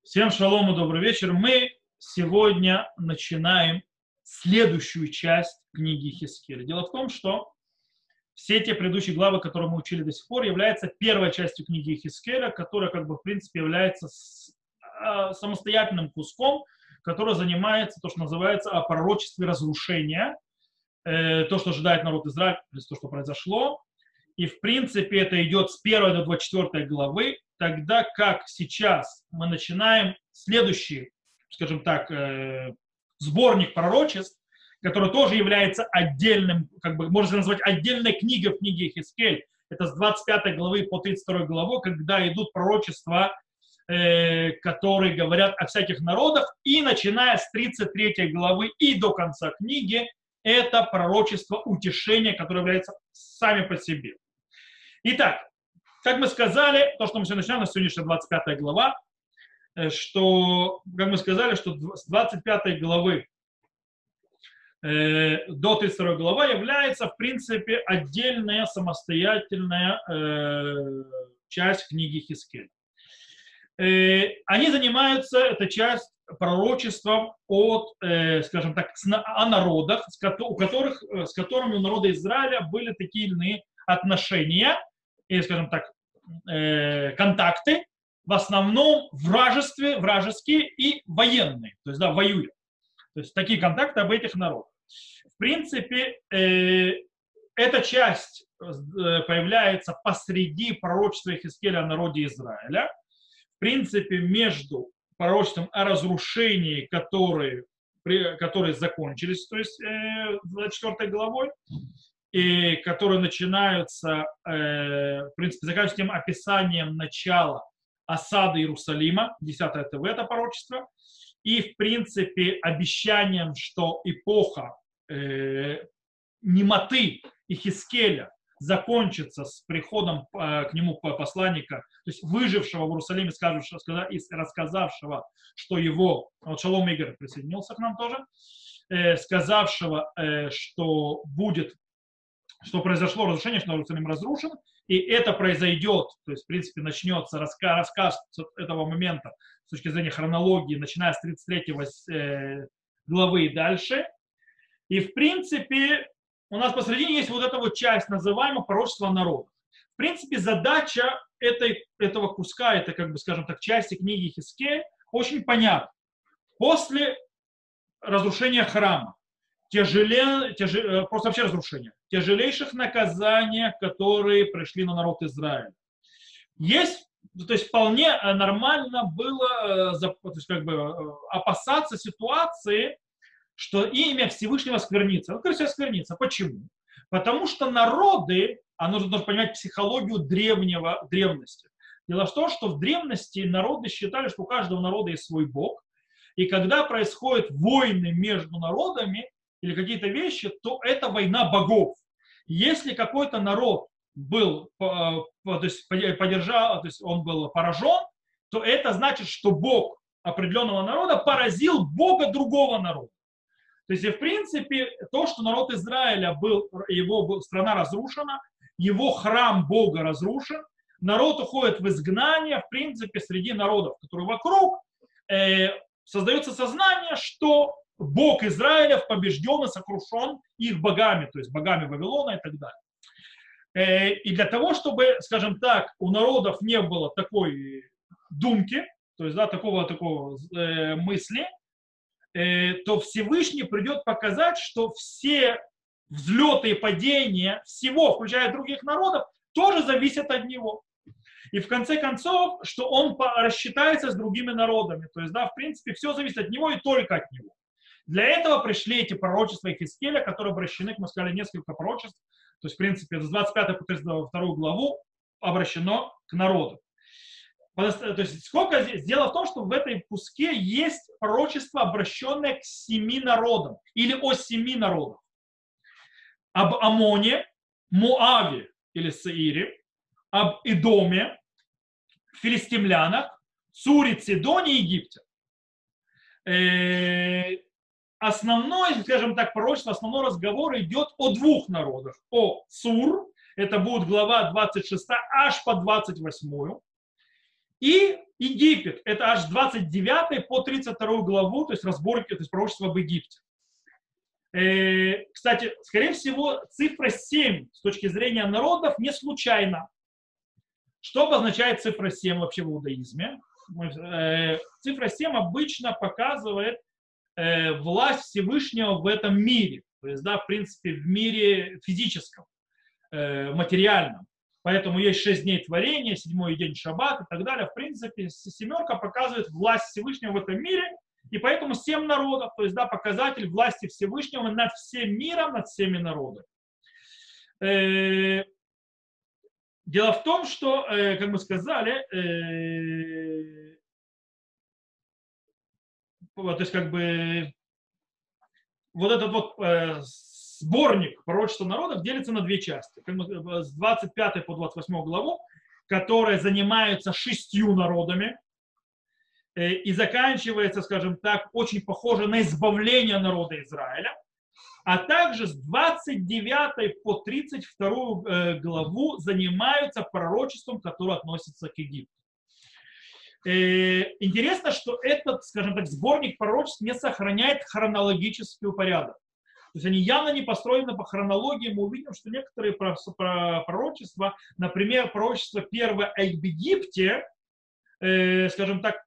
Всем шалом и добрый вечер. Мы сегодня начинаем следующую часть книги Хискеля. Дело в том, что все те предыдущие главы, которые мы учили до сих пор, являются первой частью книги Хискеля, которая, в принципе, является самостоятельным куском, который занимается то, что называется о пророчестве разрушения, то, что ожидает народ Израиля, то, что произошло. И, в принципе, это идет с 1 до 24 главы, тогда как сейчас мы начинаем следующий, скажем так, сборник пророчеств, который тоже является отдельным, можно назвать отдельной книгой в книге Хискель. Это с 25 главы по 32 главу, когда идут пророчества, которые говорят о всяких народах, и начиная с 33 главы и до конца книги, это пророчество утешения, которое является сами по себе. Итак, как мы сказали, то, что мы сегодня начинаем, на сегодняшняя 25 глава, что, как мы сказали, что с 25 главы до 32 глава является, в принципе, отдельная самостоятельная часть книги Хискеля. Они занимаются, эта часть, пророчеством от, скажем так, о народах, с которыми у народа Израиля были такие иные отношения, или, скажем так, контакты, в основном вражеские и военные, то есть, да, воюют. То есть такие контакты об этих народах. В принципе, эта часть появляется посреди пророчества Хискеля о народе Израиля. В принципе, между пророчеством о разрушении, которые закончились, то есть 24 главой, и которые начинаются, в принципе, заканчиваются тем описанием начала осады Иерусалима, 10 ТВ это пророчество, и, в принципе, обещанием, что эпоха немоты и Хискеля закончится с приходом к нему посланника, то есть выжившего в Иерусалиме, рассказавшего, что его, вот Шалом Игорь присоединился к нам тоже, сказавшего, что произошло разрушение, что Иерусалим разрушен, и это произойдет, то есть, в принципе, начнется рассказ с этого момента с точки зрения хронологии, начиная с 33 главы и дальше. И, в принципе, у нас посередине есть вот эта вот часть, называемая пророчество народа. В принципе, задача этого куска, это, скажем так, части книги Хискель, очень понятна. После разрушения храма, просто вообще разрушения, тяжелейших наказаний, которые пришли на народ Израиля. То есть вполне нормально было опасаться ситуации, что имя Всевышнего сквернится. Ну, все сквернится. Почему? Потому что народы, нужно понимать психологию древности. Дело в том, что в древности народы считали, что у каждого народа есть свой бог, и когда происходят войны между народами, или какие-то вещи, то это война богов. Если какой-то народ был, то есть он был поражен, то это значит, что бог определенного народа поразил бога другого народа. То есть, в принципе, то, что народ Израиля страна разрушена, его храм бога разрушен, народ уходит в изгнание, в принципе, среди народов, которые вокруг, создается сознание, что Бог Израиля побежден и сокрушен их богами, то есть богами Вавилона и так далее. И для того, чтобы, скажем так, у народов не было такой думки, то есть, да, такого мысли, то Всевышний придет показать, что все взлеты и падения всего, включая других народов, тоже зависят от него. И в конце концов, что он рассчитается с другими народами. То есть, да, в принципе, все зависит от него и только от него. Для этого пришли эти пророчества Хискеля, которые обращены, как мы сказали, несколько пророчеств. То есть, в принципе, с 25 по 32 главу обращено к народу. То есть, сколько здесь? Дело в том, что в этой куске есть пророчество, обращенное к 7 народам или о 7 народах. Об Амоне, Моаве или Сеире, об Идоме, филистимлянах, Суре, Сидоне и Египте. Основной, скажем так, пророчество, основной разговор идет о 2 народах. О Сур, это будет глава 26 аж по 28, и Египет, это аж 29 по 32 главу, то есть разборки, то есть пророчество об Египте. Кстати, скорее всего, цифра 7 с точки зрения народов не случайна. Что обозначает цифра 7 вообще в иудаизме? Цифра 7 обычно показывает власть Всевышнего в этом мире. То есть, да, в принципе, в мире физическом, материальном. Поэтому есть 6 дней творения, 7-й день шаббат и так далее. В принципе, семерка показывает власть Всевышнего в этом мире. И поэтому 7 народов, то есть, да, показатель власти Всевышнего над всем миром, над всеми народами. Дело в том, что, как мы сказали, то есть как бы вот этот вот сборник пророчества народов делится на две части. С 25 по 28 главу, которые занимаются 6 народами, и заканчивается, скажем так, очень похоже на избавление народа Израиля, а также с 29 по 32 главу занимаются пророчеством, которое относится к Египту. Интересно, что этот, скажем так, сборник пророчеств не сохраняет хронологический порядок. То есть они явно не построены по хронологии. Мы увидим, что некоторые пророчества, например, пророчество первое о Египте, скажем так,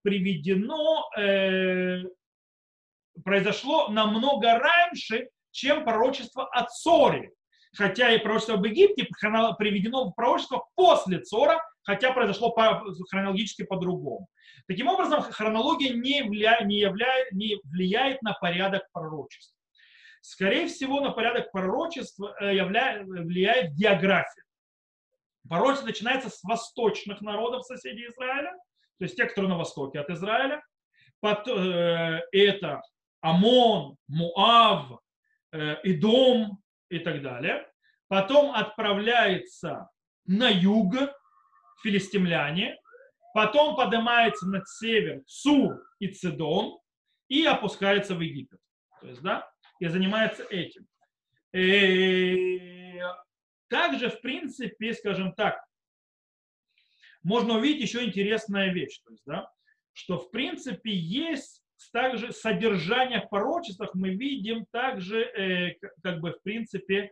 произошло намного раньше, чем пророчество о Цоре. Хотя и пророчество об Египте приведено в пророчество после Цора, хотя произошло хронологически по-другому. Таким образом, хронология не влияет на порядок пророчества. Скорее всего, на порядок пророчества влияет география. Пророчество начинается с восточных народов соседей Израиля, то есть те, которые на востоке от Израиля. Это Амон, Муав, Идом и так далее. Потом отправляется на юг филистимляне, потом поднимается на север Цур и Цидон и опускается в Египет. То есть, да, и занимается этим. Также, в принципе, скажем так, можно увидеть еще интересная вещь, то есть, да, что, в принципе, есть также содержание в пророчествах, мы видим также, как бы, в принципе,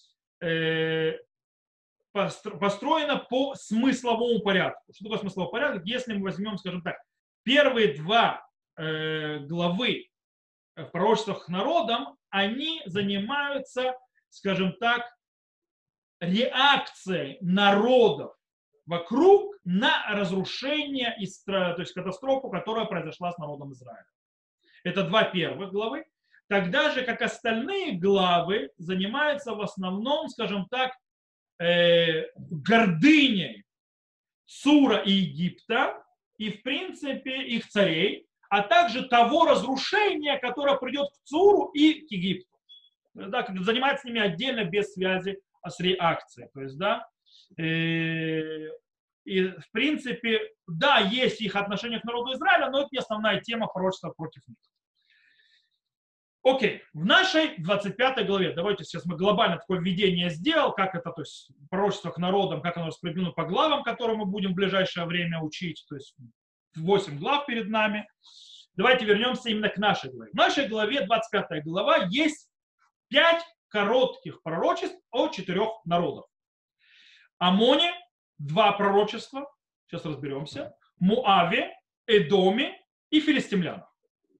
построено по смысловому порядку. Что такое смысловой порядок? Если мы возьмем, скажем так, первые 2 главы в пророчествах народам, они занимаются, скажем так, реакцией народов вокруг на разрушение, то есть катастрофу, которая произошла с народом Израиля. Это 2 первых главы. Тогда же, как остальные главы, занимаются в основном, скажем так, гордыней Цура и Египта, и, в принципе, их царей, а также того разрушения, которое придет к Цуру и к Египту. Да, занимается с ними отдельно, без связи с реакцией. То есть, да, и, в принципе, да, есть их отношение к народу Израиля, но это не основная тема пророчества против них. Окей, в нашей 25 главе, давайте сейчас мы глобально такое введение сделал, как это, то есть пророчество к народам, как оно распределено по главам, которые мы будем в ближайшее время учить, то есть 8 глав перед нами. Давайте вернемся именно к нашей главе. В нашей главе, 25 глава, есть 5 коротких пророчеств о 4 народах. Амоне 2 пророчества, сейчас разберемся, Муаве, Эдоме и филистимлянах.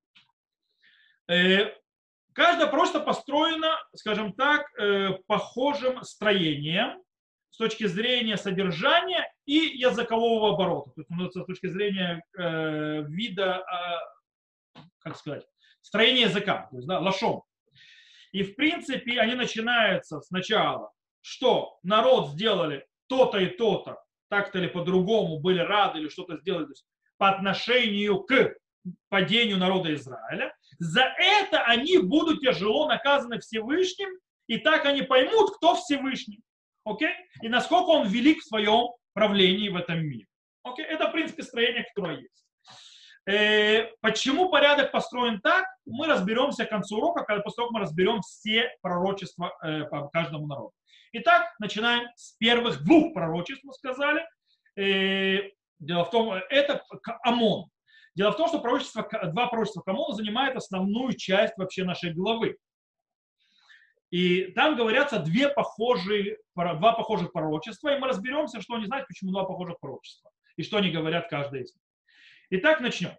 Каждое пророчество построено, скажем так, похожим строением с точки зрения содержания и языкового оборота. То есть, с точки зрения вида, как сказать, строения языка, то есть, да, лашон. И, в принципе, они начинаются сначала, что народ сделали то-то и то-то, так-то или по-другому, были рады или что-то сделали, то есть, по отношению к падению народа Израиля. За это они будут тяжело наказаны Всевышним, и так они поймут, кто Всевышний. Окей? И насколько он велик в своем правлении в этом мире. Окей? Это, в принципе, строение, которое есть. Почему порядок построен так, мы разберемся к концу урока, когда после того, как мы разберем все пророчества по каждому народу. Итак, начинаем с первых 2 пророчеств, мы сказали. Дело в том, это Амон. Дело в том, что два пророчества к Амону занимают основную часть вообще нашей главы. И там говорятся два похожих пророчества, и мы разберемся, что они знают, почему два похожих пророчества, и что они говорят каждое из них. Итак, начнем.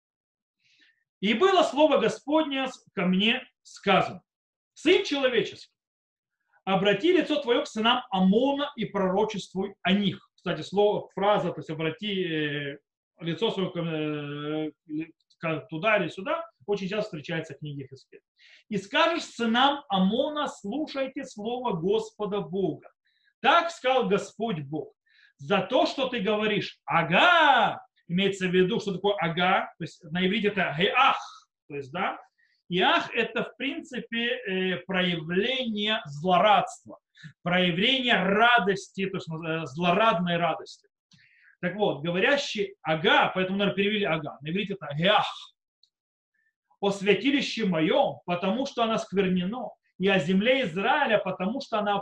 «И было слово Господне ко мне сказано, сын человеческий, обрати лицо твое к сынам Амона и пророчествуй о них». Кстати, фраза, то есть обрати лицо свое туда или сюда, очень часто встречается в книге Хескеля. «И скажешь сынам Амона, слушайте слово Господа Бога. Так сказал Господь Бог. За то, что ты говоришь ага, имеется в виду, что такое ага, то есть на иврите это геах, то есть, да, и ах это в принципе проявление злорадства, проявление радости, то есть злорадной радости. Так вот, говорящий ага, поэтому, наверное, перевели ага, на иврите это геах, о святилище моем, потому что она сквернена, и о земле Израиля, потому что она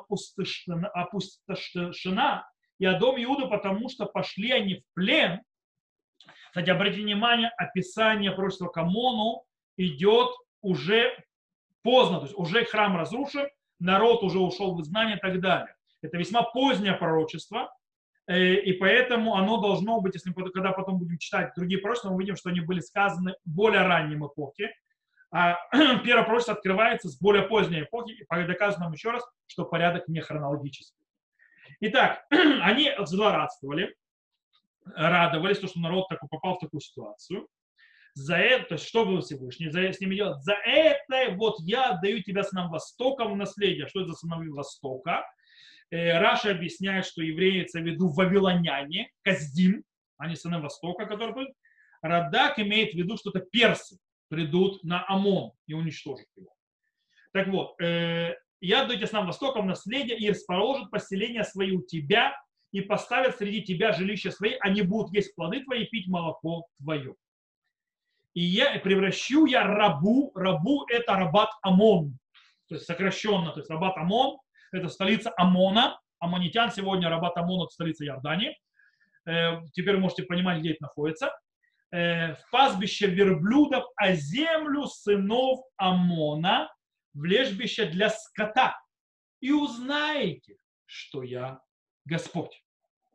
опустошена, и о доме Иуда, потому что пошли они в плен. Кстати, обратите внимание, описание пророчества к Амону идет уже поздно, то есть уже храм разрушен, народ уже ушел в изгнание и так далее. Это весьма позднее пророчество, и поэтому оно должно быть, если мы, когда потом будем читать другие пророчества, мы увидим, что они были сказаны в более раннем эпохе, а первое пророчество открывается с более поздней эпохи, и доказано нам еще раз, что порядок не хронологический. Итак, они злорадствовали, радовались, что народ попал в такую ситуацию. За это, то есть что был Всевышний с ними делать? За это вот я отдаю тебя сынам Востока в наследие. Что это за сыновья Востока? Раша объясняет, что евреи имеется в виду вавилоняне, Каздим, они сыны Востока, которые придут. Радак имеет в виду, что это персы придут на Амон и уничтожат его. Так вот, я отдаю тебе сынам Востока в наследие и расположат поселения свои у тебя и поставят среди тебя жилища свои, они будут есть плоды твои и пить молоко твое. И я превращу я рабу это Рабат Амон, то есть сокращенно, то есть Рабат Амон, это столица Амона, аммонитян сегодня Рабат Амон, это столица Иордании, теперь можете понимать, где это находится, в пастбище верблюдов, а землю сынов Амона в лежбище для скота, и узнаете, что я Господь.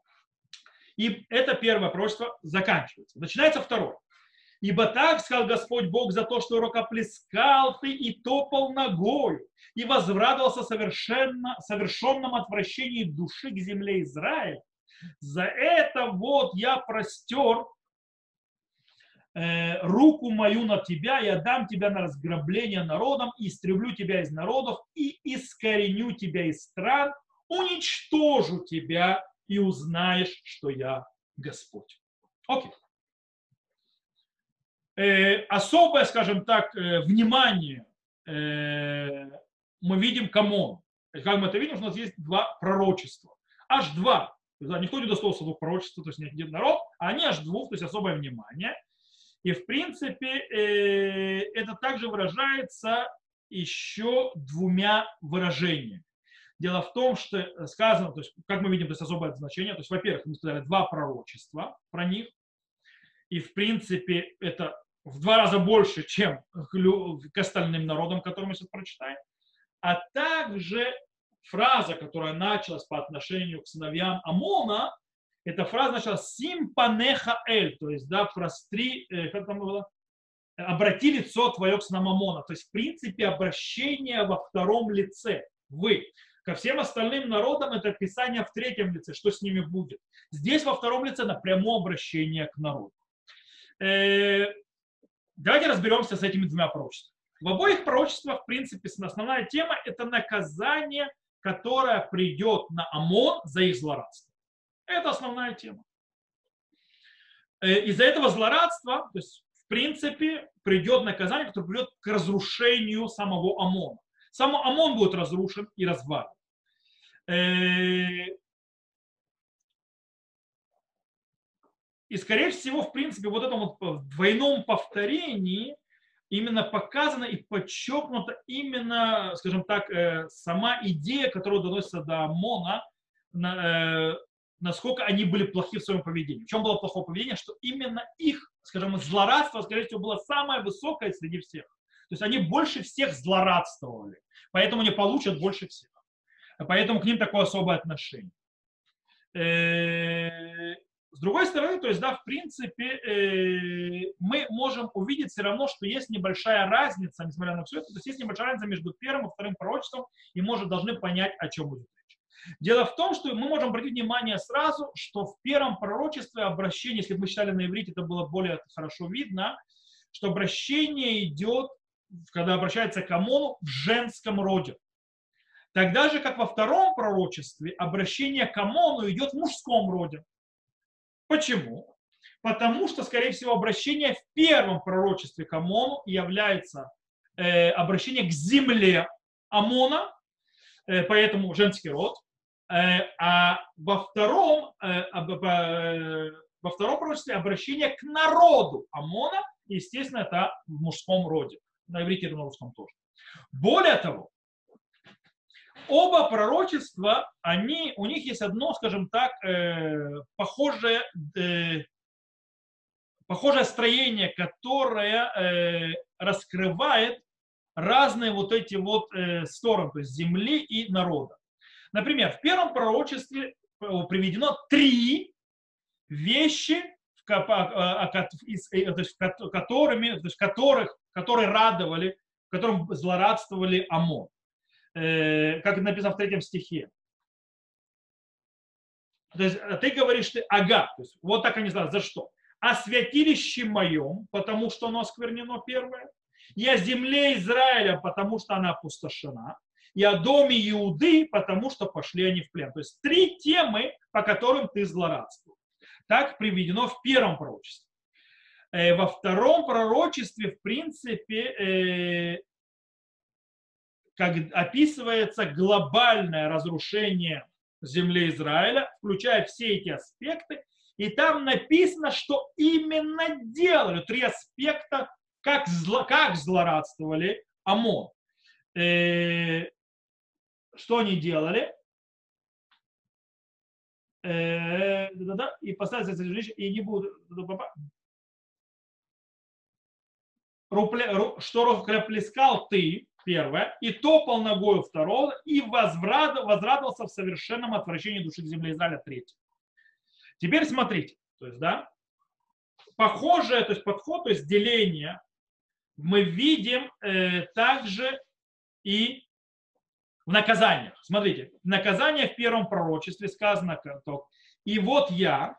И это первое пророчество заканчивается. Начинается второе. Ибо так сказал Господь Бог за то, что рукоплескал ты и топал ногою, и возврадовался совершенном отвращении души к земле Израиля. За это вот я простер руку мою на тебя, я дам тебя на разграбление народом, и истреблю тебя из народов, и искореню тебя из стран, уничтожу тебя, и узнаешь, что я Господь. Окей. Особое, скажем так, внимание мы видим к Амону. Как мы это видим, что у нас есть два пророчества. Аж два. Никто не удостоился двух пророчеств, то есть не один народ, а они аж двух, то есть особое внимание. И в принципе это также выражается еще двумя выражениями. Дело в том, что сказано, то есть, как мы видим, то есть особое значение, то есть, во-первых, мы сказали два пророчества про них, и в принципе это в 2 раза больше, чем к остальным народам, которые мы сейчас прочитаем, а также фраза, которая началась по отношению к сыновьям Амона, эта фраза началась «Симпанеха эль», то есть, да, простри, как там было? «Обрати лицо твое к сынам Амона», то есть, в принципе, обращение во втором лице, вы. Ко всем остальным народам это описание в третьем лице, что с ними будет. Здесь во втором лице напрямую обращение к народу. Давайте разберемся с этими двумя пророчествами. В обоих пророчествах, в принципе, основная тема – это наказание, которое придет на Амон за их злорадство. Это основная тема. Из-за этого злорадства, то есть, в принципе, придет наказание, которое придет к разрушению самого Амона. Сам Амон будет разрушен и развален. И, скорее всего, в принципе, вот этом вот двойном повторении именно показана и подчеркнута именно, скажем так, сама идея, которая доносится до Амона, насколько они были плохи в своем поведении. В чем было плохое поведение? Что именно их, скажем, злорадство, скорее всего, было самое высокое среди всех. То есть они больше всех злорадствовали, поэтому они получат больше всех. Поэтому к ним такое особое отношение. С другой стороны, то есть, да, в принципе, мы можем увидеть все равно, что есть небольшая разница, несмотря на все это, то есть есть небольшая разница между первым и вторым пророчеством, и мы должны понять, о чем идет речь. Дело в том, что мы можем обратить внимание сразу, что в первом пророчестве обращение, если бы мы читали на иврите, это было более хорошо видно, что обращение идет, когда обращается к Амону, в женском роде. Тогда же, как во втором пророчестве, обращение к Амону идет в мужском роде. Почему? Потому что, скорее всего, обращение в первом пророчестве к Амону является обращение к земле Амона, поэтому женский род, а во втором пророчестве обращение к народу Амона, естественно, это в мужском роде. На иврите это на русском тоже. Более того, оба пророчества, у них есть одно, скажем так, похожее строение, которое раскрывает разные вот эти вот стороны, то есть земли и народа. Например, в первом пророчестве приведено 3 вещи, которые радовали, которым злорадствовали Амон. Как это написано в 3 стихе. То есть ты говоришь, ты ага, то есть вот так они знают, за что? О святилище моем, потому что оно осквернено первое, и о земле Израиля, потому что она опустошена, и о доме Иуды, потому что пошли они в плен. То есть 3 темы, по которым ты злорадствовал. Так приведено в первом пророчестве. Во втором пророчестве, в принципе, как описывается глобальное разрушение земли Израиля, включая все эти аспекты, и там написано, что именно делали 3 аспекта, как злорадствовали Амон. Что они делали? И поставили жилище, и не будут. Что расплескал ты, первое, и топал ногою второго, и возрадовался в совершенном отвращении души к земле Израиля, третье. Теперь смотрите, то есть, да, похожее, то есть подход, то есть деление, мы видим также и в наказаниях. Смотрите, наказание в первом пророчестве сказано, и вот я,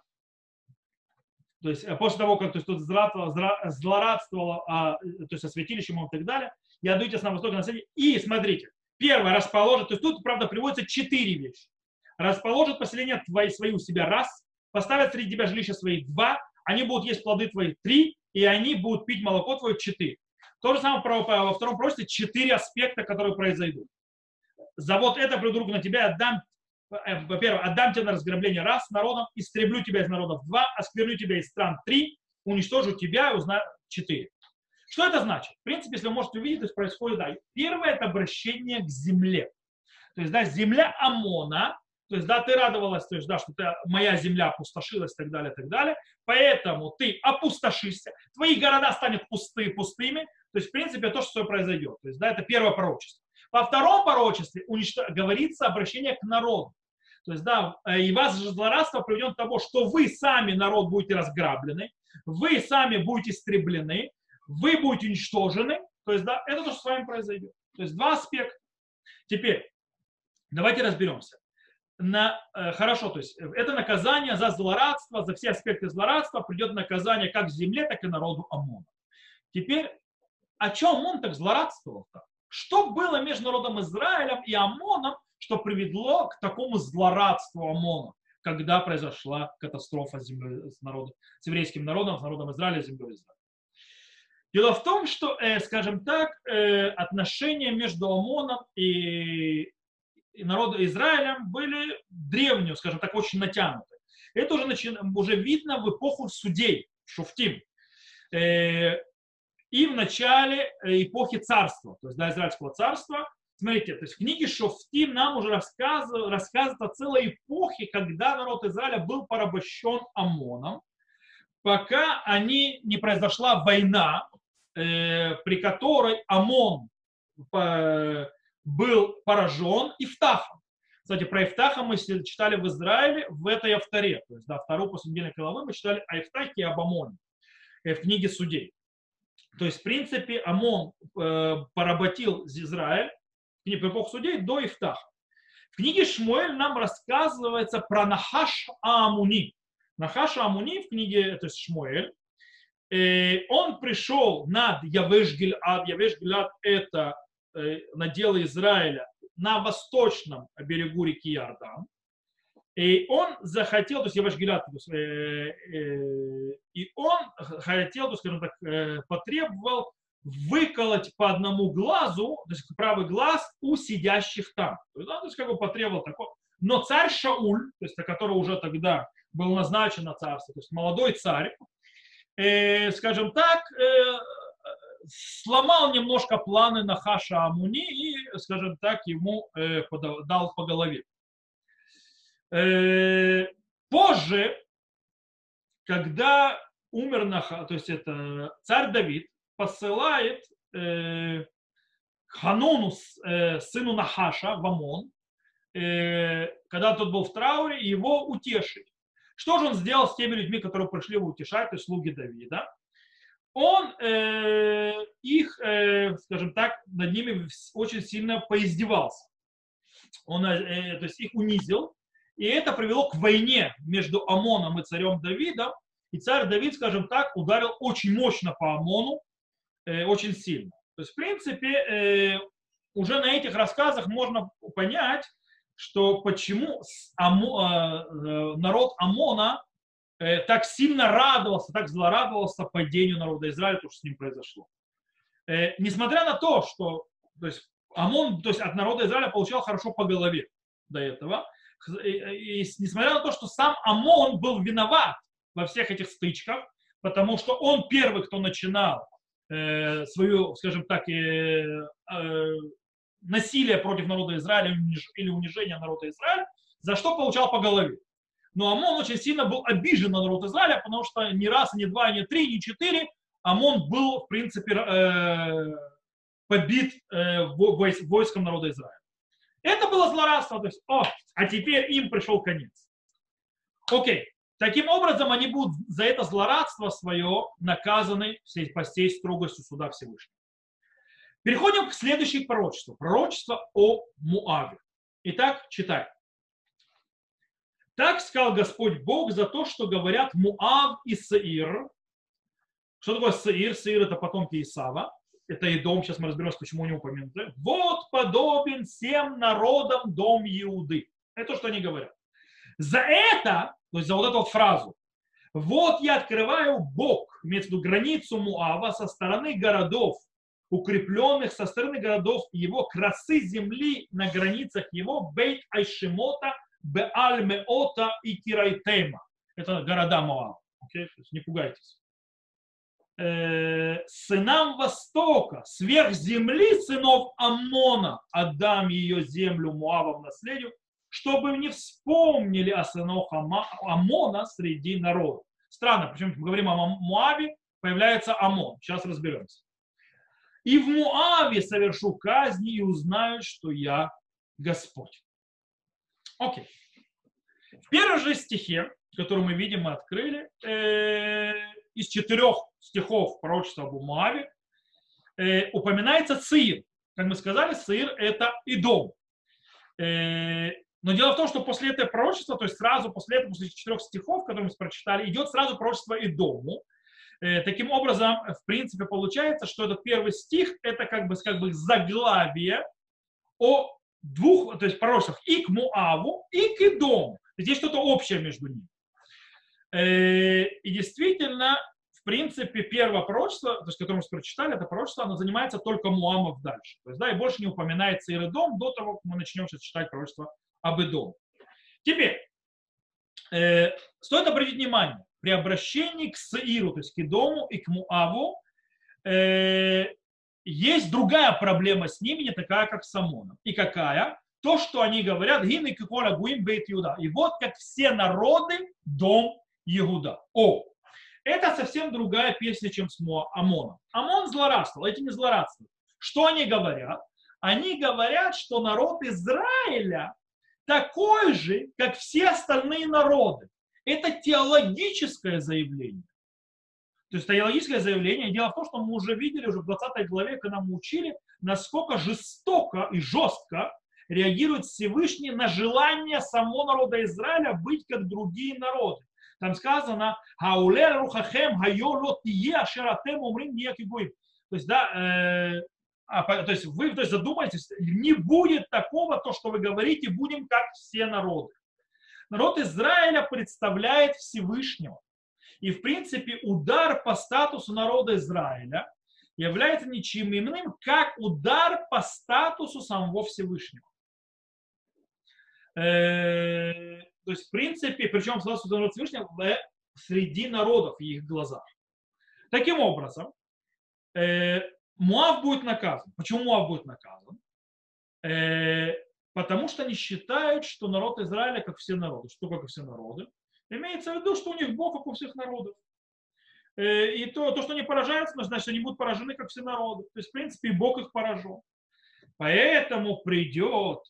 то есть после того, как то есть, тут злорадствовало, то есть о святилищем и так далее, я даю тебе на востоке наследие. И смотрите, первое, расположит, то есть тут, правда, приводится 4 вещи. Расположит поселение свои у себя раз, поставят среди тебя жилища свои 2, они будут есть плоды твои 3, и они будут пить молоко твое 4. То же самое во втором пророчестве 4 аспекта, которые произойдут. За вот это приду руку на тебя, отдам, во-первых, отдам тебя на разграбление раз народом, истреблю тебя из народов 2, оскверню тебя из стран 3, уничтожу тебя и узнаю 4. Что это значит? В принципе, если вы можете увидеть, то есть происходит, да, первое это обращение к земле. То есть, да, земля Амона, то есть, да, ты радовалась, то есть, да, что моя земля опустошилась и так далее, поэтому ты опустошишься, твои города станут пустыми, то есть, в принципе, то, что произойдет. То есть, да, это первое пророчество. Во втором пророчестве говорится обращение к народу. То есть, да, и вас же злорадство приведет к тому, что вы сами, народ, будете разграблены, вы сами будете истреблены, вы будете уничтожены. То есть, да, это то, что с вами произойдет. То есть, 2 аспекта. Теперь, давайте разберемся. Хорошо, то есть, это наказание за злорадство, за все аспекты злорадства придет наказание как земле, так и народу Амона. Теперь, о чем он так злорадствовал-то? Что было между народом Израилем и Амоном, что привело к такому злорадству Амона, когда произошла катастрофа с еврейским народом, с народом Израиля, с землей Израиля? Дело в том, что, скажем так, отношения между Амоном и народом Израилем были древние, скажем так, очень натянуты. Это уже видно в эпоху судей, шуфтим. И в начале эпохи царства, то есть до Израильского царства, смотрите, то есть в книге Шофтим нам уже рассказывают о целой эпохе, когда народ Израиля был порабощен Амоном, пока не произошла война, при которой Амон был поражен Ифтахом. Кстати, про Ифтаха мы читали в Израиле в этой Авторе. То есть, да, вторую после недельной главы мы читали о Ифтахе и об Амоне в книге Судей. То есть, в принципе, Амон поработил Израиль в эпоху Судей до Ифтаха. В книге Шмуэль нам рассказывается про Нахаш Амуни. Нахаш Амуни в книге, то есть Шмуэль, он пришел над Явеш-Гилад. Явеш-Гилад – это наделы Израиля на восточном берегу реки Иордан. И он захотел, то есть Явеш-Гилад, и он хотел, то, скажем так, потребовал выколоть по одному глазу, то есть правый глаз у сидящих там. То есть как бы потребовал такого. Но царь Шауль, то есть который уже тогда был назначен на царство, то есть молодой царь, скажем так, сломал немножко планы Нахаша Амуни и, скажем так, ему дал по голове. Позже, когда умер Нахаш, то есть это царь Давид, посылает Хануну, сыну Нахаша, в Амон, когда тот был в трауре, его утешить. Что же он сделал с теми людьми, которые пришли его утешать, то есть слуги Давида? Он их, скажем так, над ними очень сильно поиздевался. Он то есть их унизил, и это привело к войне между Амоном и царем Давидом. И царь Давид, скажем так, ударил очень мощно по Амону, очень сильно. То есть, в принципе, уже на этих рассказах можно понять, что почему народ Амона так сильно радовался, так злорадовался падению народа Израиля, то, что с ним произошло. Несмотря на то, что то есть, Амон, то есть от народа Израиля получал хорошо по голове до этого, и несмотря на то, что сам Амон был виноват во всех этих стычках, потому что он первый, кто начинал свою, скажем так, насилие против народа Израиля или унижение народа Израиля, за что получал по голове. Но Амон очень сильно был обижен на народ Израиля, потому что ни раз, ни два, ни три, ни четыре Амон был, в принципе, побит войском народа Израиля. Это было злорадство. То есть, а теперь им пришел конец. Окей. Таким образом, они будут за это злорадство свое наказаны по всей строгостью суда Всевышнего. Переходим к следующему пророчеству. Пророчество о Муаве. Итак, читаем. Так сказал Господь Бог за то, что говорят Муав и Сеир. Что такое Сеир? Сеир – это потомки Исава. Это Идом. Сейчас мы разберемся, почему не упомянуты. Вот подобен всем народам дом Иуды. Это то, что они говорят. За это, то есть за вот эту вот фразу, вот я открываю Бог, имеется в виду границу Муава со стороны городов, укрепленных со стороны городов его, красы земли на границах его, Бейт Айшимота, Беаль-Меота и Кирайтема. Это города Муава. Okay? Не пугайтесь. Сынам Востока, сверх земли сынов Аммона, отдам ее землю Муава в наследие, чтобы не вспомнили о сынах Аммона среди народа. Странно, почему мы говорим о Муаве, появляется Амон. Сейчас разберемся. И в Муаве совершу казни и узнают, что я Господь. Окей. В первом же стихе, который мы видим, мы открыли, из 4 стихов пророчества об Муаве, упоминается Сеир. Как мы сказали, Сеир – это Идом. Но дело в том, что после этого пророчества, то есть сразу после этого, после 4 стихов, которые мы прочитали, идет сразу пророчество Идому. Таким образом, в принципе, получается, что этот первый стих – это как бы заглавие о двух, то есть пророчествах и к Муаву, и к Идому. Здесь что-то общее между ними. И действительно, в принципе, первое пророчество, то есть, которое мы прочитали, это пророчество, оно занимается только Муавом дальше. То есть, да, и больше не упоминается Ир Идом до того, как мы начнем сейчас читать пророчество об Идоме. Теперь, стоит обратить внимание, при обращении к Сеиру, то есть к Идому и к Муаву, есть другая проблема с ними, не такая, как с Амоном. И какая? То, что они говорят, гины кикола гуим бейт Иуда. И вот как все народы, дом Иуда. Это совсем другая песня, чем с Амоном. Амон злорадствовал, эти не злорадствуют. Что они говорят? Они говорят, что народ Израиля такой же, как все остальные народы. Это теологическое заявление. То есть теологическое заявление. Дело в том, что мы уже видели уже в 20 главе, когда мы учили, насколько жестоко и жестко реагирует Всевышний на желание самого народа Израиля быть как другие народы. Там сказано, «Хаулер рухахем хайоло тие ашератем умрим ниякигуим». То есть, да, то есть вы задумайтесь, не будет такого, то, что вы говорите, будем как все народы. Народ Израиля представляет Всевышнего. И, в принципе, удар по статусу народа Израиля является ничем иным, как удар по статусу самого Всевышнего. То есть, в принципе, причем статус народа Всевышнего среди народов в их глазах. Таким образом, Моав будет наказан. Почему Моав будет наказан? Потому что они считают, что народ Израиля как все народы. Что как и все народы? Имеется в виду, что у них Бог как у всех народов. И то, что они поражаются, значит, они будут поражены как все народы. То есть, в принципе, Бог их поражен. Поэтому придет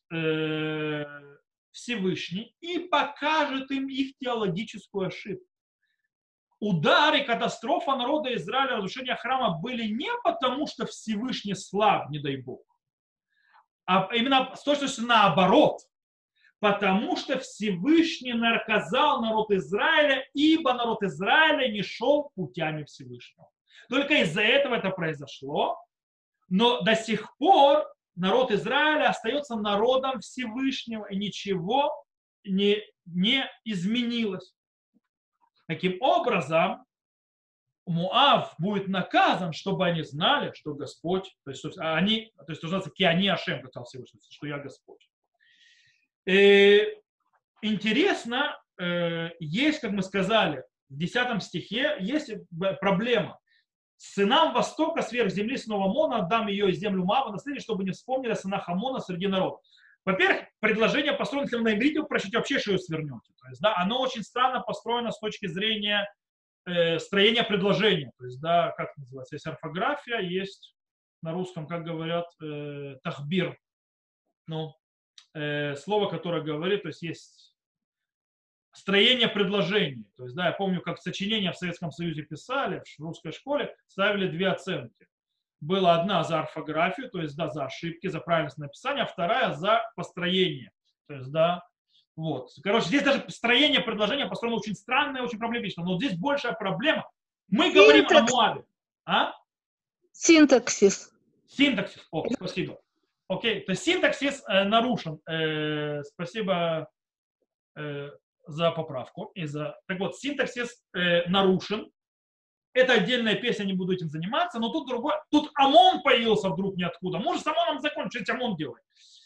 Всевышний и покажет им их теологическую ошибку. Удар и катастрофа народа Израиля, разрушение храма были не потому, что Всевышний слаб, не дай Бог, а именно с точностью наоборот. Потому что Всевышний наказал народ Израиля, ибо народ Израиля не шел путями Всевышнего. Только из-за этого это произошло, но до сих пор народ Израиля остается народом Всевышнего, и ничего не изменилось. Таким образом, Моав будет наказан, чтобы они знали, что Господь, то есть называется Киани Ашем, как сказал Всевышний, что я Господь. И интересно, есть, как мы сказали, в 10 стихе есть проблема. Сынам Востока сверх земли снова Амона отдам ее из землю Моава наследие, чтобы не вспомнили о сынах Амона среди народов. Во-первых, предложение построено, если вы на иврите, вы прочтите вообще, что ее свернете. То есть, да, оно очень странно построено с точки зрения строения предложения. То есть, да, как называется, есть орфография, есть на русском, как говорят, тахбир. Ну, слово, которое говорит, то есть строение предложений. То есть, да, я помню, как сочинения в Советском Союзе писали, в русской школе ставили 2 оценки. Была одна за орфографию, то есть, да, за ошибки, за правильность написания, а вторая за построение. То есть, да, вот. Короче, здесь даже строение предложения построено очень странное, очень проблематично. Но здесь большая проблема. Мы говорим о Моаве. А? Синтаксис. Синтаксис. О, спасибо. Окей, то есть синтаксис нарушен. Спасибо за поправку. Так вот, синтаксис нарушен. Это отдельная песня, не буду этим заниматься, но тут другой. Тут Амон появился вдруг ниоткуда. Может, с Амоном закончить, что Амон делает.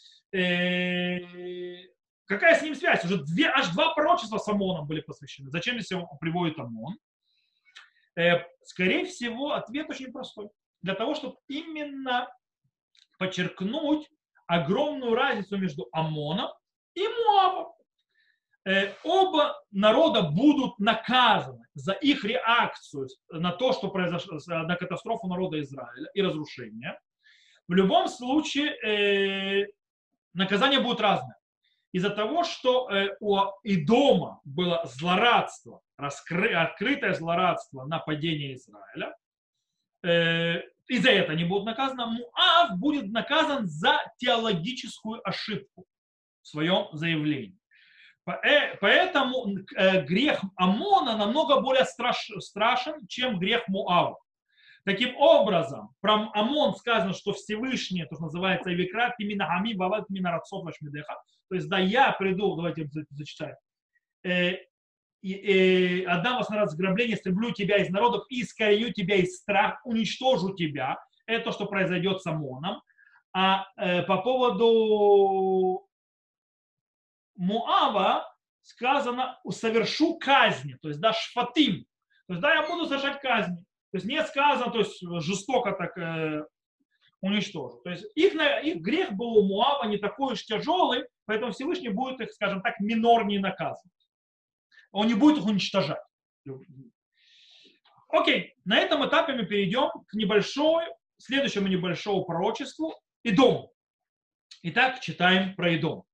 Какая с ним связь? Уже аж 2 пророчества с Амоном были посвящены. Зачем здесь его приводит Амон? Скорее всего, ответ очень простой. Для того, чтобы именно подчеркнуть огромную разницу между Амоном и Моавом. Оба народа будут наказаны за их реакцию на то, что произошло, на катастрофу народа Израиля и разрушение. В любом случае наказание будет разное. Из-за того, что у Идома было злорадство, открытое злорадство на падение Израиля, из-за этого они будут наказаны. Моав будет наказан за теологическую ошибку в своем заявлении. Поэтому грех Амона намного более страшен, чем грех Моава. Таким образом, про Амон сказано, что Всевышний, то, что называется Эвикрат, Минахами, Вават, Минарацот, Вашмидеха. То есть, да, я приду, давайте зачитаем. Отдам вас на разграбление, истреблю тебя из народов, искореню тебя из страха, уничтожу тебя. Это то, что произойдет с Амоном. А по поводу Моава сказано, совершу казни, то есть, да, шфатим. То есть, да, я буду совершать казни. То есть, не сказано, то есть, жестоко так уничтожил. То есть их грех был у Муава не такой уж тяжелый, поэтому Всевышний будет их, скажем так, минорнее наказывать. Он не будет их уничтожать. Окей, на этом этапе мы перейдем к следующему небольшому пророчеству Идому. Итак, читаем про Идом.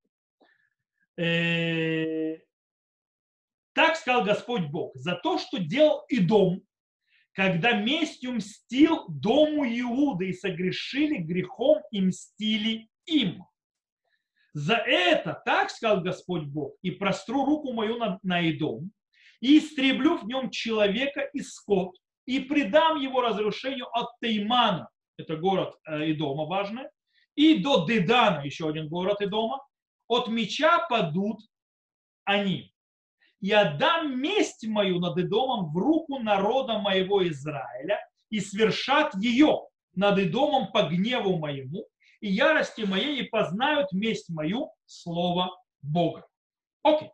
Так сказал Господь Бог: за то, что делал Идом, когда местью мстил дому Иуды и согрешили грехом и мстили им. За это, так сказал Господь Бог, и простру руку мою на Идом, и истреблю в нем человека и скот, и предам его разрушению от Теймана, это город Идома важный, и до Дедана, еще один город Идома, от меча падут они. И отдам месть мою над Идомом в руку народа моего Израиля, и свершат ее над Идомом по гневу моему, и ярости моей, и познают месть мою, слово Бога. Окей.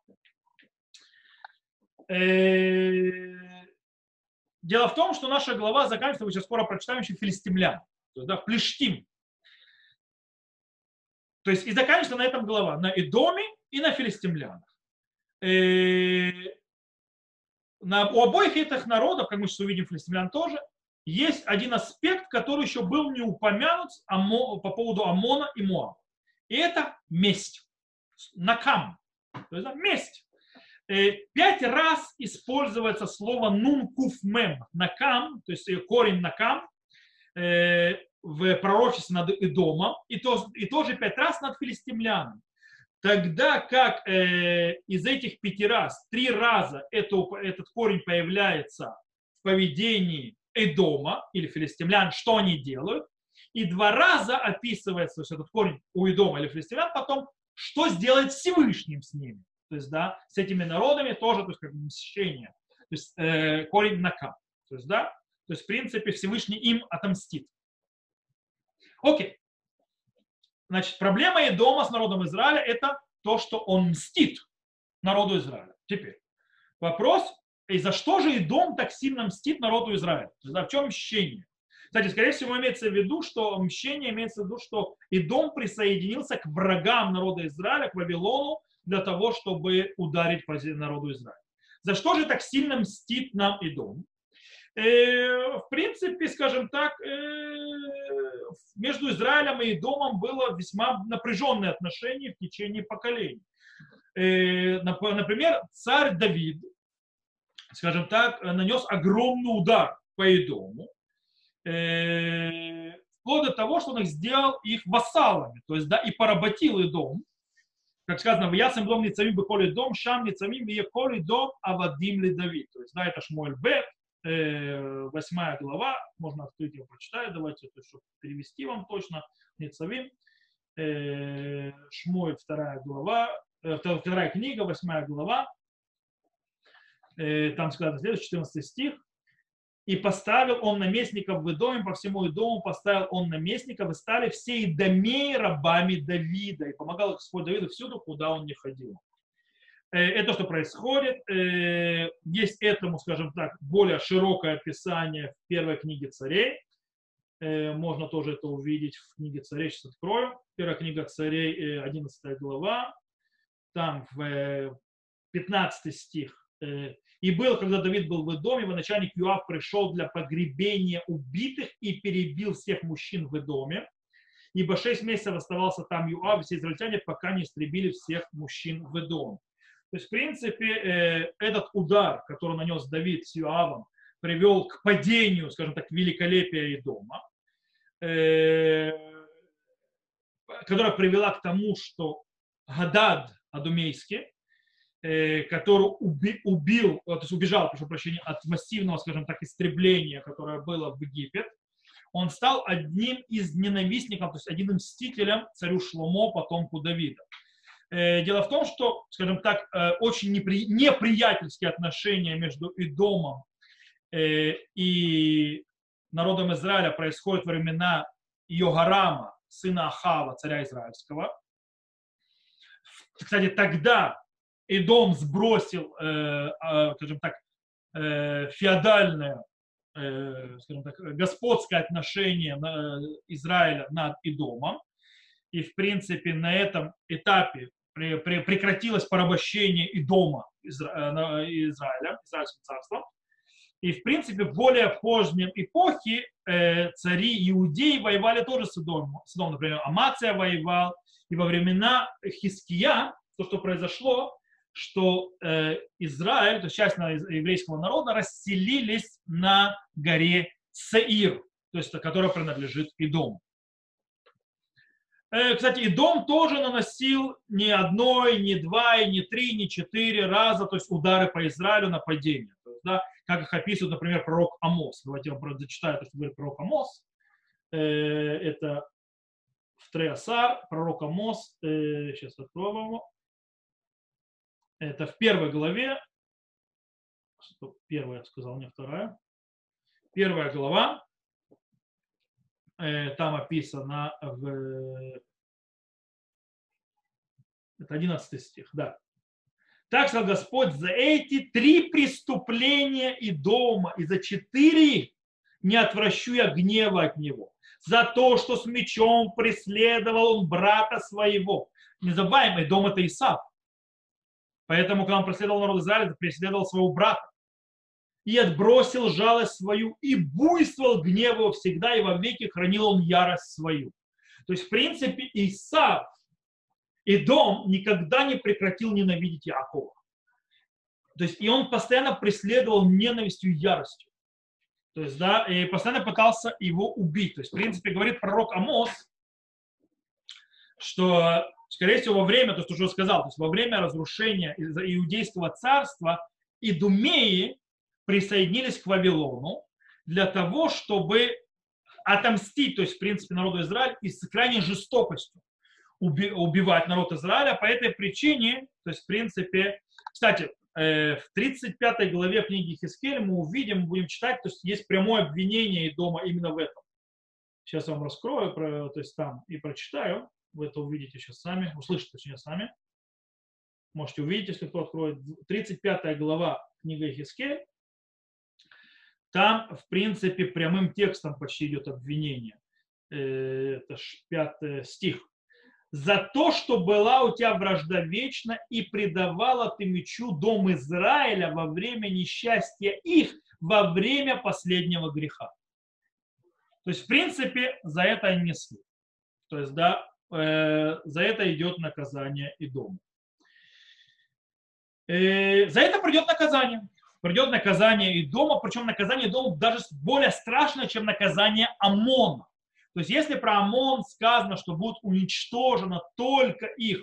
Дело в том, что наша глава заканчивается, мы сейчас скоро прочитаем еще филистимлян, то есть, да, Плештим. То есть и заканчивается на этом глава, на Идоме и на филистимлянах. У обоих этих народов, как мы сейчас увидим, филистимлян тоже, есть один аспект, который еще был не упомянут по поводу Амона и Моаба. И это месть. Накам. То есть месть. 5 раз используется слово нун куф мем. Накам, то есть корень накам, в пророчестве над Идомом, и тоже 5 раз над филистимлянами. Тогда как из этих 5 раз 3 раза этот корень появляется в поведении Эдома или филистимлян, что они делают, и 2 раза описывается, что этот корень у Эдома или филистимлян, потом, что сделает Всевышним с ними. То есть, да, с этими народами тоже, то есть, как мщение. То есть, корень накам. То есть, да, то есть, в принципе, Всевышний им отомстит. Окей. Значит, проблема Эдома с народом Израиля – это то, что он мстит народу Израиля. Теперь вопрос, и за что же Эдом так сильно мстит народу Израиля? В чем мщение? Кстати, скорее всего, имеется в виду, что мщение имеется в виду, что Эдом присоединился к врагам народа Израиля, к Вавилону, для того, чтобы ударить по народу Израиля. За что же так сильно мстит нам Эдом? В принципе, скажем так, между Израилем и Эдомом было весьма напряженное отношение в течение поколений. Например, царь Давид, скажем так, нанес огромный удар по Эдому, вплоть до того, что он их сделал их вассалами, то есть, да, и поработил Эдом. Как сказано, в Ясем дом Ницамим беколи дом, шам Ницамим веколи дом авадим ли Давид. То есть, да, это Шмуэль Бет, 8 глава, можно открыть его, прочитать, давайте, чтобы перевести вам точно, Ницавим, Шмуэль 2 глава, 2 книга, 8 глава, там сказано, следующий 14 стих, и поставил он наместников в Идоме, по всему Идому поставил он наместников, и стали все идомеи рабами Давида, и помогал Господь Давиду всюду, куда он не ходил. Это что происходит. Есть этому, скажем так, более широкое описание в первой книге Царей. Можно тоже это увидеть в книге Царей, сейчас открою. Первая книга Царей, 11 глава, там в 15 стих. И было, когда Давид был в Идоме, военачальник Юав пришел для погребения убитых и перебил всех мужчин в Идоме, ибо 6 месяцев оставался там Юав и все израильтяне, пока не истребили всех мужчин в Идоме. То есть, в принципе, этот удар, который нанес Давид с Юавом, привел к падению, скажем так, великолепия Идома, которая привела к тому, что Гадад Адумейский, который убил, то есть убежал, прошу прощения, от массивного, скажем так, истребления, которое было в Египет, он стал одним из ненавистников, то есть одним мстителем царю Шломо, потомку Давида. Дело в том, что, скажем так, очень неприятельские отношения между Идомом и народом Израиля происходят во времена Йогарама, сына Ахава, царя израильского. Кстати, тогда Идом сбросил, скажем так, феодальное скажем так, господское отношение Израиля над Идомом. И, в принципе, на этом этапе прекратилось порабощение Идома Израиля, Израильским царством. И, в принципе, в более позднем эпохе цари иудеи воевали тоже с Идомом. Например, Амация воевал. И во времена Хиския, то, что произошло, что Израиль, то есть часть еврейского народа, расселились на горе Сеир, то есть, которая принадлежит Идому. Кстати, Идом тоже наносил не одной, не два, не три, не четыре раза, то есть удары по Израилю, нападения. То есть, да, как их описывает, например, пророк Амос. Давайте я вам зачитаю, то, что говорит пророк Амос. Это в Треасар, пророк Амос. Сейчас открою его. Это в первой главе. Первая, я сказал, не вторая. Первая глава. Там описано это 11 стих, да. Так сказал Господь: за эти 3 преступления Идома и за 4 не отвращу я гнева от него. За то, что с мечом преследовал он брата своего. Не забываем, Идом — это Исав. Поэтому, когда он преследовал народ Израиля, преследовал своего брата. И отбросил жалость свою, и буйствовал гнев его всегда, и вовеки хранил он ярость свою. То есть, в принципе, Исав, Идом никогда не прекратил ненавидеть Иакова. То есть, и он постоянно преследовал ненавистью и яростью. То есть, да, и постоянно пытался его убить. То есть, в принципе, говорит пророк Амос, что, скорее всего, во время, то, что уже сказал, то есть во время разрушения Иудейского царства идумеи присоединились к Вавилону для того, чтобы отомстить, то есть, в принципе, народу Израиля и с крайней жестокостью убивать народ Израиля. По этой причине, то есть, в принципе, кстати, в 35 главе книги Хискеля мы увидим, мы будем читать, то есть, есть прямое обвинение Идома именно в этом. Сейчас я вам раскрою, то есть, там и прочитаю. Вы это увидите сейчас сами, услышите, точнее, сами. Можете увидеть, если кто откроет. 35 глава книги Хискеля. Там, в принципе, прямым текстом почти идет обвинение. Это 5 стих. «За то, что была у тебя вражда вечна, и предавала ты мечу дом Израиля во время несчастья их, во время последнего греха». То есть, в принципе, за это они несли. То есть, да, за это идет наказание Идома. За это придет наказание. Придет наказание Идома, причем наказание Идома даже более страшное, чем наказание Амона. То есть, если про Амон сказано, что будет уничтожено только их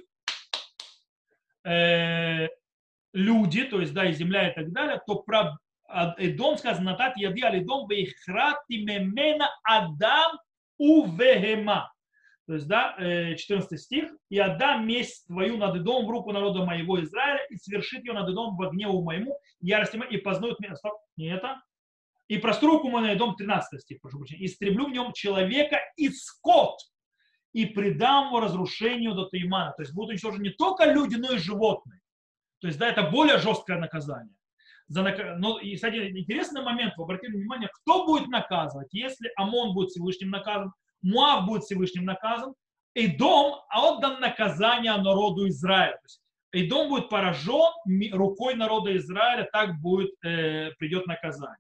люди, то есть, да, и земля и так далее, то про Идом сказано: «Натат яди аль Идом вейхрати мемена Адам увегема». То есть, да, 14 стих. «И отдам месть твою над Идомом в руку народа моего Израиля, и совершит ее над Идомом во гневу моему, ярости моей, и познают меня». Стоп, не это. «И простру руку мою на Идом», 13 стих, прошу прощения. «Истреблю в нем человека и скот, и предам его разрушению до Таимана». То есть будут уничтожены не только люди, но и животные. То есть, да, это более жесткое наказание. Но, и, кстати, интересный момент, вы обратили внимание, кто будет наказывать, если Амон будет Всевышним наказан, Муав будет Всевышним наказан, Идом отдан наказание народу Израиля. То есть Идом будет поражен рукой народа Израиля, так будет, придет наказание.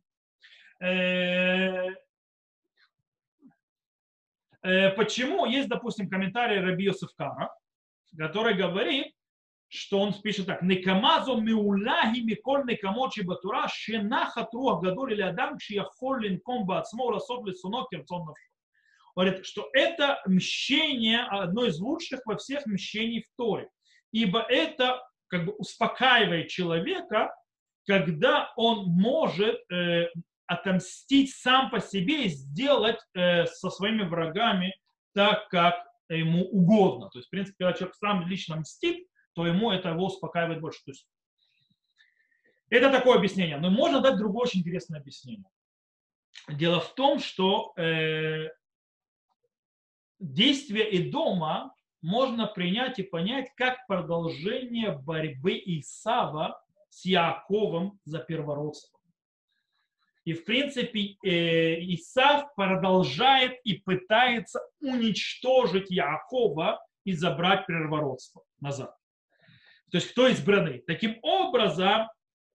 Почему? Есть, допустим, комментарий Раби Йосеф Кара, который говорит, что он пишет так: «Некамазо миуляги миколь некамочи батура шена хатруах гадоль или адам шияхол линком баацмо ласот лисунок керцон навшо». Говорит, что это мщение одно из лучших во всех мщений в Торе. Ибо это как бы успокаивает человека, когда он может отомстить сам по себе и сделать со своими врагами так, как ему угодно. То есть, в принципе, когда человек сам лично мстит, то ему это его успокаивает больше. То есть, это такое объяснение. Но можно дать другое очень интересное объяснение. Дело в том, что действие Идома можно принять и понять как продолжение борьбы Исава с Яаковом за первородство. И, в принципе, Исав продолжает и пытается уничтожить Яакова и забрать первородство назад. То есть кто избранный? Таким образом,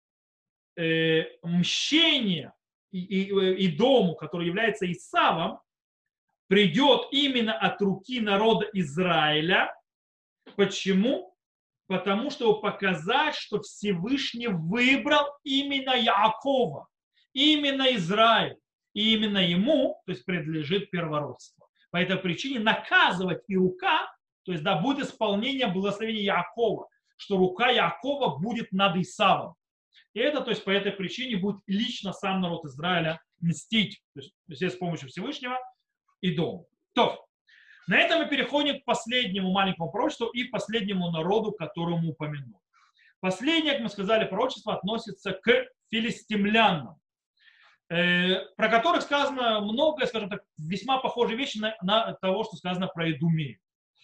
мщение и дому, который является Исавом, придет именно от руки народа Израиля. Почему? Потому что показать, что Всевышний выбрал именно Яакова, именно Израиль, и именно ему, то есть принадлежит первородство. По этой причине наказывать и рука, то есть да, будет исполнение благословения Яакова, что рука Яакова будет над Исавом. И это, то есть по этой причине будет лично сам народ Израиля мстить, то есть с помощью Всевышнего и дома. То, на этом мы переходим к последнему маленькому пророчеству и последнему народу, которому упомянул. Последнее, как мы сказали, пророчество относится к филистимлянам, про которых сказано многое, скажем так, весьма похожие вещи на того, что сказано про Идумею.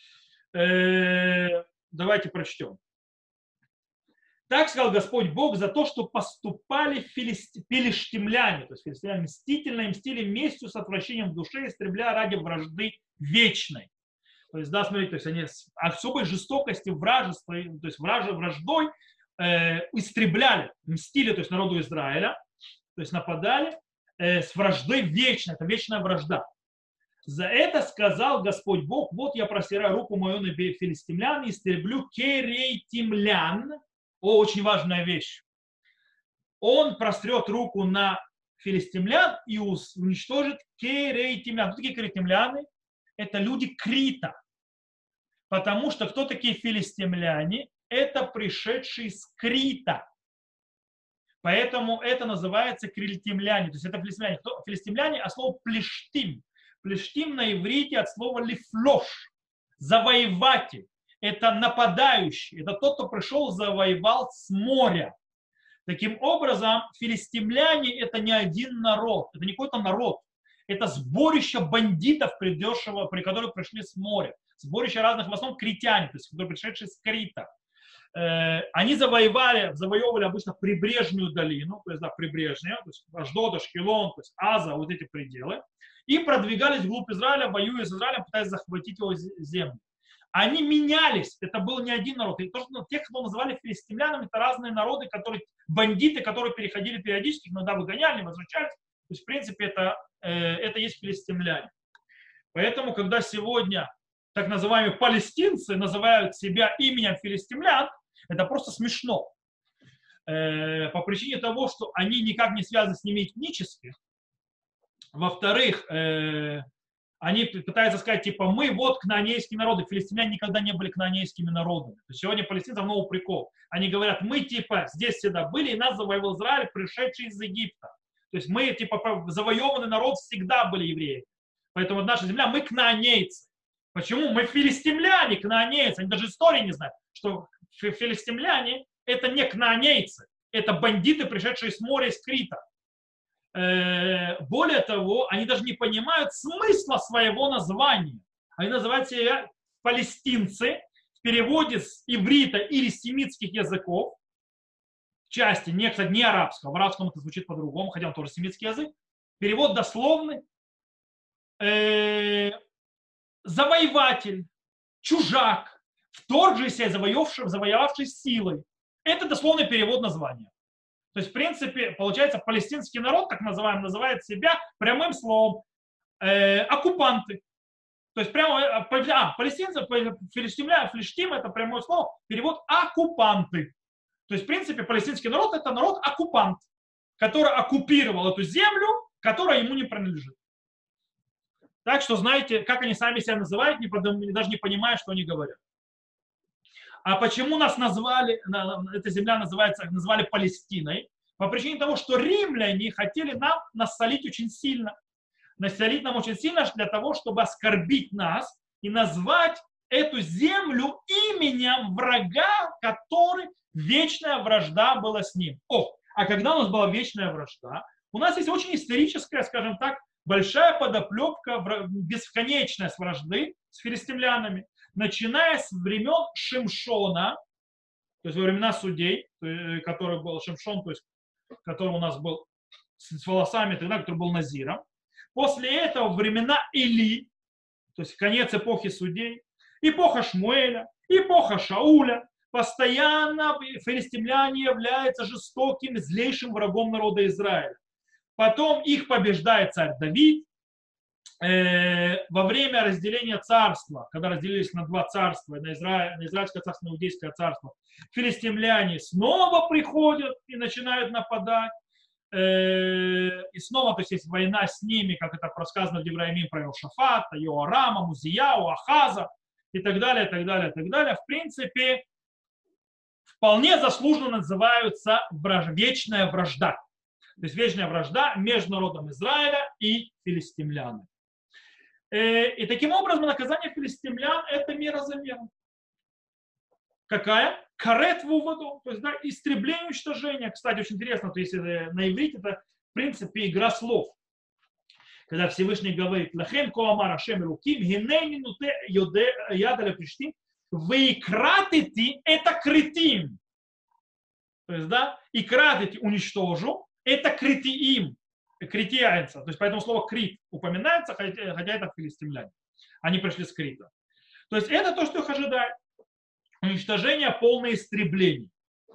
Давайте прочтем. Так сказал Господь Бог за то, что поступали филистимляне, то есть филистимляне мстительно и мстили местью с отвращением в душе, истребляя ради вражды вечной. То есть, да, смотрите, то есть они с особой жестокостью, вражеством, то есть враждой истребляли, мстили, то есть народу Израиля, то есть нападали с враждой вечной, это вечная вражда. За это сказал Господь Бог: вот я простираю руку мою на филистимлян и истреблю керейтимлян. Очень важная вещь. Он прострет руку на филистимлян и уничтожит керейтимлян. Кто такие керейтимляне? Это люди Крита. Потому что кто такие филистимляне? Это пришедшие с Крита. Поэтому это называется крильтимляне. То есть это филистимляне. Кто? Филистимляне от слова плештим. Плештим на иврите от слова лифлош. Завоеватель. Это нападающий. Это тот, кто пришел, завоевал с моря. Таким образом, филистимляне это не один народ. Это не какой-то народ. Это сборище бандитов, при которых пришли с моря. Сборище разных, в основном критяне, то есть которые пришедшие с Крита. Они завоевывали обычно прибрежную долину, то есть да, прибрежную, то есть Ашдод, Ашкелон, то есть Аза, вот эти пределы, и продвигались вглубь Израиля, воюя с Израилем, пытаясь захватить его землю. Они менялись, это был не один народ. И то, что тех, кто называли филистимлянами, это разные народы, бандиты, которые переходили периодически, иногда выгоняли, возвращались. То есть, в принципе, это есть филистимляне. Поэтому, когда сегодня так называемые палестинцы называют себя именем филистимлян, это просто смешно. По причине того, что они никак не связаны с ними этнически. Во-вторых, они пытаются сказать, типа, мы вот кнаанейские народы. Филистимляне никогда не были кнаанейскими народами. То есть сегодня палестинцам новый прикол. Они говорят, мы типа здесь всегда были, и нас завоевал Израиль, пришедший из Египта. То есть мы типа завоеванный народ всегда были евреи. Поэтому наша земля, мы кнаанейцы. Почему? Мы филистимляне, кнаанейцы. Они даже истории не знают, что филистимляне это не кнаанейцы. Это бандиты, пришедшие с моря, из Крита. Более того, они даже не понимают смысла своего названия. Они называют себя палестинцы в переводе с иврита или семитских языков, в части, кстати, не арабского, в арабском это звучит по-другому, хотя он тоже семитский язык. Перевод дословный. Завоеватель, чужак, вторгшийся и завоевавший силой. Это дословный перевод названия. То есть, в принципе, получается, палестинский народ, так называемый, называет себя прямым словом оккупанты. То есть, прямо палестинцы, филистим это прямое слово, перевод оккупанты. То есть, в принципе, палестинский народ это народ-оккупант, который оккупировал эту землю, которая ему не принадлежит. Так что знаете, как они сами себя называют, даже не понимая, что они говорят. А почему нас эта земля назвали Палестиной? По причине того, что римляне хотели нам насолить очень сильно. Насолить нам очень сильно для того, чтобы оскорбить нас и назвать эту землю именем врага, который вечная вражда была с ним. А когда у нас была вечная вражда, у нас есть очень историческая, скажем так, большая подоплека, бесконечная с вражды с филистимлянами, начиная с времен Шимшона, то есть во времена судей, который был Шимшон, то есть который у нас был с волосами, тогда, который был назиром. После этого времена Или, то есть конец эпохи судей, эпоха Шмуэля, эпоха Шауля, постоянно филистимляне являются жестоким, злейшим врагом народа Израиля. Потом их побеждает царь Давид. Во время разделения царства, когда разделились на два царства, на израильское царство, на иудейское царство, филистимляне снова приходят и начинают нападать. И снова, то есть есть война с ними, как это рассказано в Девраимим про Иошафата, Йоарама, Музияу, Ахаза и так далее, и так далее, и так далее. В принципе, вполне заслуженно называются вечная вражда. То есть вечная вражда между народом Израиля и филистимлянами. И таким образом наказание филистимлян – это мера за меру. Какая? Карет в уводу, то есть да, истребление, уничтожение. Кстати, очень интересно, то есть на иврите это в принципе игра слов. Когда Всевышний говорит «Лахем коамар Ашем руким, гинейни нуте ядаля приштим, вы кратите это критим». То есть, да, и кратите уничтожу, это критиим, критианца. То есть поэтому слово крит упоминается, хотя это филистимляне. Они пришли с Крита. То есть это то, что их ожидает. Уничтожение, полное истребление.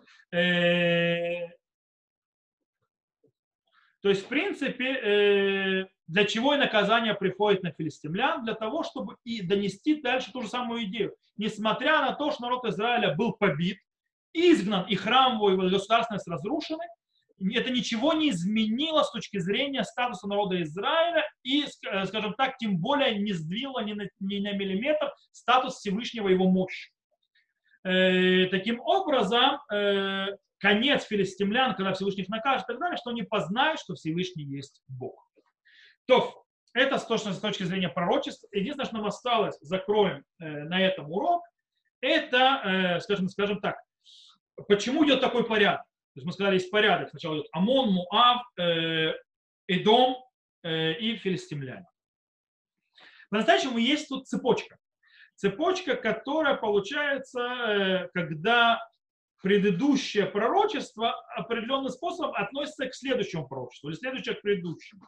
То есть, в принципе, для чего и наказание приходит на филистимлян? Для того, чтобы и донести дальше ту же самую идею. Несмотря на то, что народ Израиля был побит, изгнан, и храм его, и государственность разрушены, это ничего не изменило с точки зрения статуса народа Израиля и, скажем так, тем более не сдвинуло ни на миллиметр статус Всевышнего его мощи. Таким образом, конец филистимлян, когда Всевышний их накажет и так далее, что они познают, что Всевышний есть Бог. То, это с точки зрения пророчества. Единственное, что нам осталось, закроем на этом урок, это, скажем так, почему идет такой порядок. То есть мы сказали, есть порядок. Сначала идет Амон, Муав, Эдом и филистимляне. По-настоящему есть тут цепочка. Цепочка, которая получается, когда предыдущее пророчество определенным способом относится к следующему пророчеству, или следующее к предыдущему.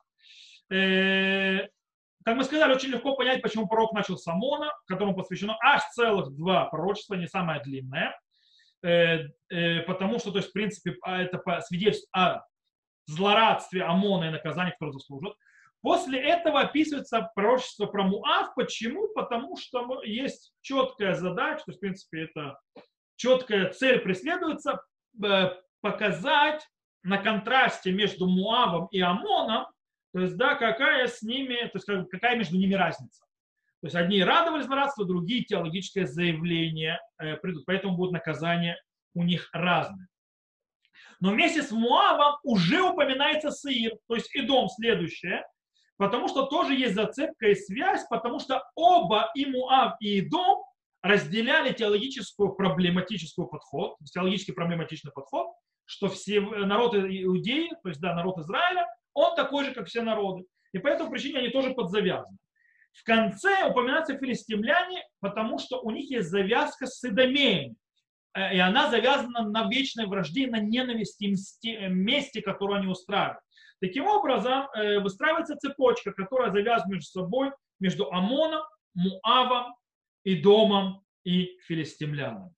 Как мы сказали, очень легко понять, почему пророк начал с Амона, которому посвящено аж целых два пророчества, не самое длинное. Потому что, то есть, в принципе, это свидетельство о злорадстве Амона и наказании, которое заслужат. После этого описывается пророчество про Муав. Почему? Потому что есть четкая задача, то есть, в принципе, это четкая цель преследуется, показать на контрасте между Муавом и Амоном, то есть, да, какая с ними, то есть, какая между ними разница. То есть одни радовались злорадству, другие теологическое заявление придут. Поэтому будут наказания у них разные. Но вместе с Муавом уже упоминается Сеир, то есть Эдом следующее, потому что тоже есть зацепка и связь, потому что оба, и Муав, и Эдом, разделяли теологический проблематический подход, теологически проблематичный подход, что все народы Иудеи, то есть да, народ Израиля, он такой же, как все народы. И по этой причине они тоже подзавязаны. В конце упоминаются филистимляне, потому что у них есть завязка с идомеями. И она завязана на вечной вражде, на ненависти и мести, которую они устраивают. Таким образом, выстраивается цепочка, которая завязана между собой, между Амоном, Муавом, Эдомом и филистимлянами.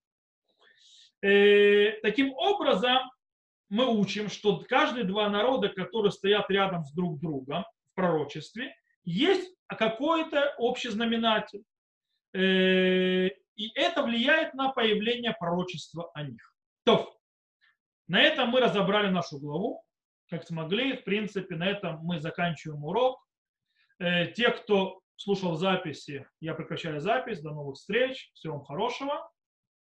Таким образом, мы учим, что каждые два народа, которые стоят рядом с друг другом в пророчестве, есть какой-то общий знаменатель. И это влияет на появление пророчества о них. То, на этом мы разобрали нашу главу, как смогли. В принципе, на этом мы заканчиваем урок. Те, кто слушал записи, я прекращаю запись. До новых встреч. Всего вам хорошего.